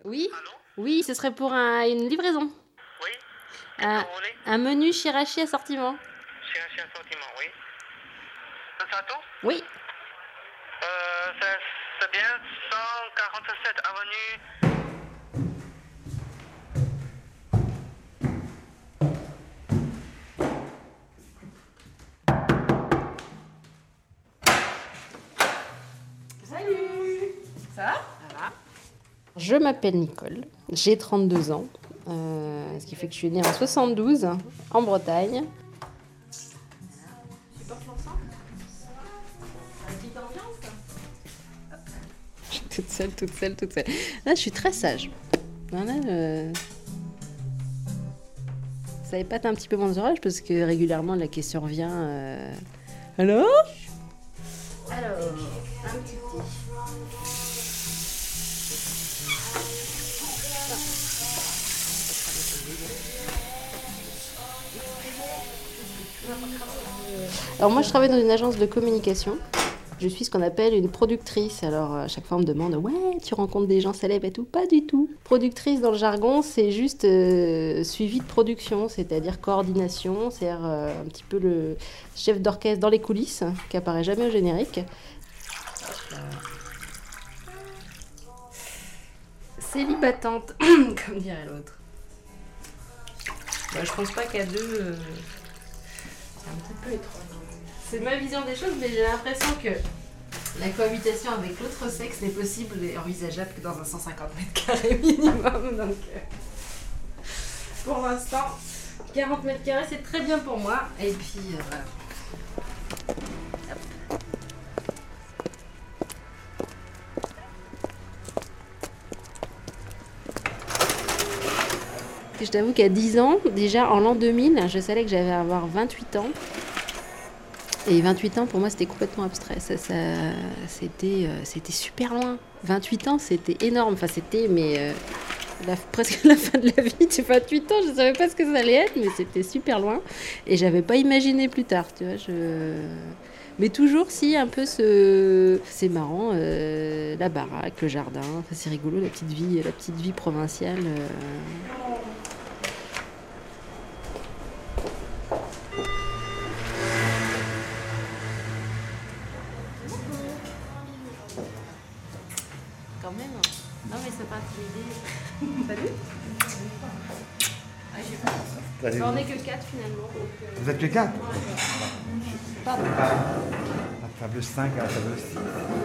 Oui, Allô? oui, ce serait pour une livraison. Oui? Qu'est-ce Un, que vous voulez? un menu Shirashi assortiment. Cherchez un sortiment, oui. C'est tout? Oui. C'est bien 147 avenue. Salut. Ça va? Ça va. Je m'appelle Nicole, j'ai 32 ans, ce qui fait que je suis née en 72, en Bretagne. Tu portes l'encens? Une petite ambiance? Je suis toute seule. Là, je suis très sage. Voilà, ça épate un petit peu mon oreille parce que régulièrement la question revient. Alors, un petit thé. Alors moi, je travaille dans une agence de communication. Je suis ce qu'on appelle une productrice. Alors à chaque fois, on me demande ouais, tu rencontres des gens célèbres et tout. Pas du tout. Productrice dans le jargon, c'est juste suivi de production, c'est-à-dire coordination, c'est-à-dire un petit peu le chef d'orchestre dans les coulisses, qui apparaît jamais au générique. Célibatante, comme dirait l'autre. Bah, je pense pas qu'à deux, c'est un petit peu étroit. C'est ma vision des choses, mais j'ai l'impression que la cohabitation avec l'autre sexe n'est possible et envisageable que dans un 150 mètres carrés minimum. Donc, pour l'instant, 40 mètres carrés, c'est très bien pour moi. Et puis, voilà. Hop. Je t'avoue qu'à 10 ans, déjà en l'an 2000, je savais que j'allais avoir 28 ans. Et 28 ans, pour moi, c'était complètement abstrait. C'était super loin. 28 ans, c'était énorme. Enfin, c'était presque la fin de la vie. Tu 28 ans, je ne savais pas ce que ça allait être, mais c'était super loin. Et j'avais pas imaginé plus tard, tu vois. Mais toujours, si, un peu c'est marrant, la baraque, le jardin. Enfin, c'est rigolo, la petite vie provinciale. Quand même. Non, mais c'est pas intimidé. Salut. Ah, j'ai pas. Allez, On n'est que 4 finalement. vous êtes que 4? Pardon. La table 5 à la table 6.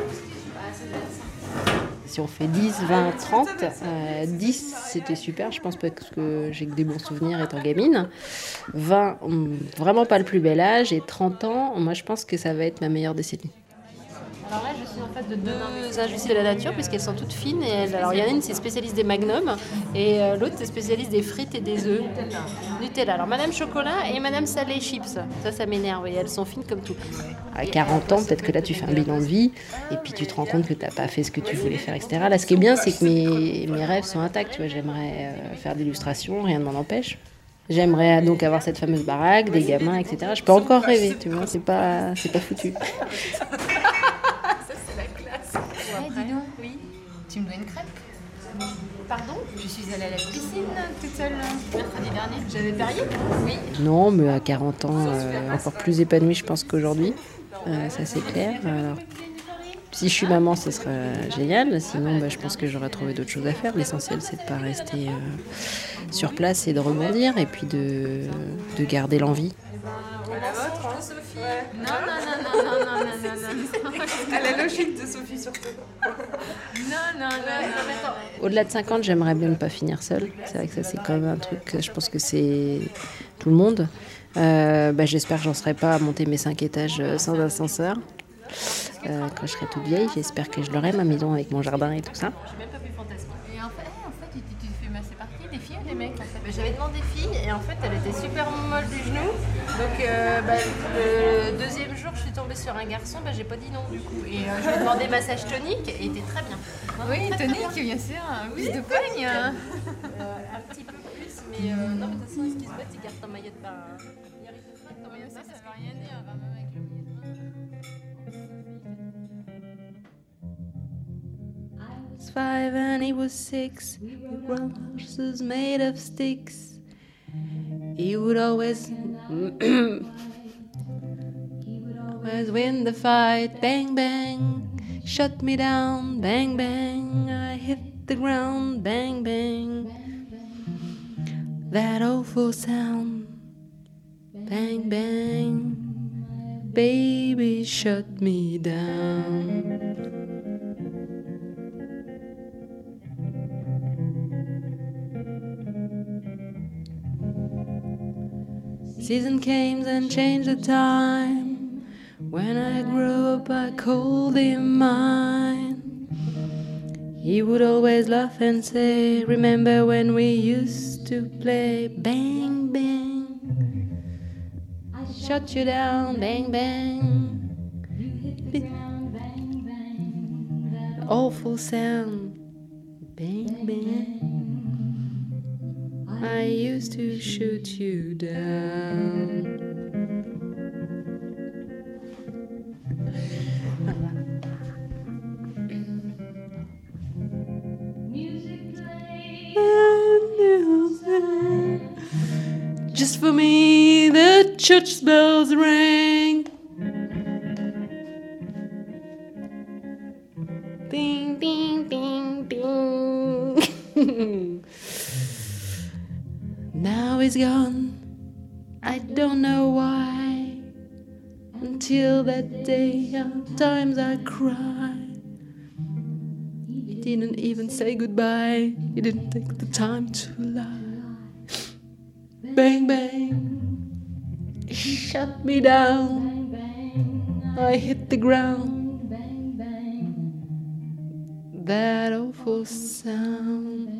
Si on fait 10, 20, 30, 10 c'était super, je pense parce que j'ai que des bons souvenirs étant gamine. 20, vraiment pas le plus bel âge. Et 30 ans, moi je pense que ça va être ma meilleure décennie. Alors là, je suis en fait de deux injustices de la nature, puisqu'elles sont toutes fines. Alors, il y en a une, c'est spécialiste des magnums, et l'autre, c'est spécialiste des frites et des œufs. Nutella. Alors, Madame Chocolat et Madame Salé Chips. Ça m'énerve, et elles sont fines comme tout. À 40 ans, peut-être que là, tu fais un bilan de vie, et puis tu te rends compte que tu n'as pas fait ce que tu voulais faire, etc. Là, ce qui est bien, c'est que mes rêves sont intacts. Tu vois, j'aimerais faire de l'illustration, rien ne m'en empêche. J'aimerais donc avoir cette fameuse baraque, des gamins, etc. Je peux encore rêver, tu vois, c'est pas foutu. Dis donc, oui. Tu me dois une crêpe? Pardon? Je suis allée à la piscine toute seule mercredi dernier. J'avais parié? Oui. Non, mais à 40 ans, encore plus épanouie, je pense qu'aujourd'hui. Ça, c'est clair. Alors, si je suis maman, ce sera génial. Sinon, je pense que j'aurais trouvé d'autres choses à faire. L'essentiel, c'est de ne pas rester sur place et de rebondir. Et puis de garder l'envie. La vôtre, Sophie? Non. À la logique de Sophie, surtout. Non. Au-delà de 50, j'aimerais bien ne pas finir seule. C'est vrai que ça, c'est quand même un truc, je pense que c'est tout le monde. J'espère que j'en serai pas à monter mes 5 étages sans ascenseur. Quand je serai toute vieille, j'espère que je l'aurai, ma maison avec mon jardin et tout ça. J'ai même pas pu fantasmer. Et en fait, tu fais masser partie des filles ou des mecs en fait? J'avais demandé fille et en fait elle était super molle du genou. Donc le deuxième jour je suis tombée sur un garçon, j'ai pas dit non du coup. Et je lui ai demandé massage tonique et il était très bien. Oui, tonique, bien sûr. Plus de poigne. Un petit peu plus, mais non mais de toute façon excuse-moi, tu gardes ton maillot de bain. Il arrive de faire ton maillot de bain, Ça veut rien dire, même avec le maillot de bain. was 5 and he was 6. We were horses made of sticks. He would always always win the fight. Bang, bang, shut me down. Bang, bang, I hit the ground. Bang, bang, that awful sound. Bang, bang, baby, shut me down. Season came and changed the time. When I grew up, I called him mine. He would always laugh and say, remember when we used to play? Bang, bang, I shut you down. Bang, bang, awful sound. Bang, bang, I used to shoot you down. Just for me, the church bells rang. Ding, ding, ding, ding. Now he's gone, I don't know why. Until that day, at times I cried. He didn't even say goodbye. He didn't take the time to lie. Bang, bang, he shut me down. I hit the ground. That awful sound.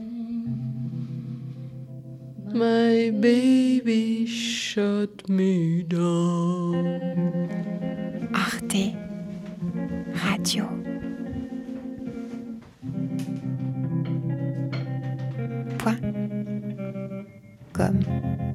My baby shut me down. Arte Radio. .com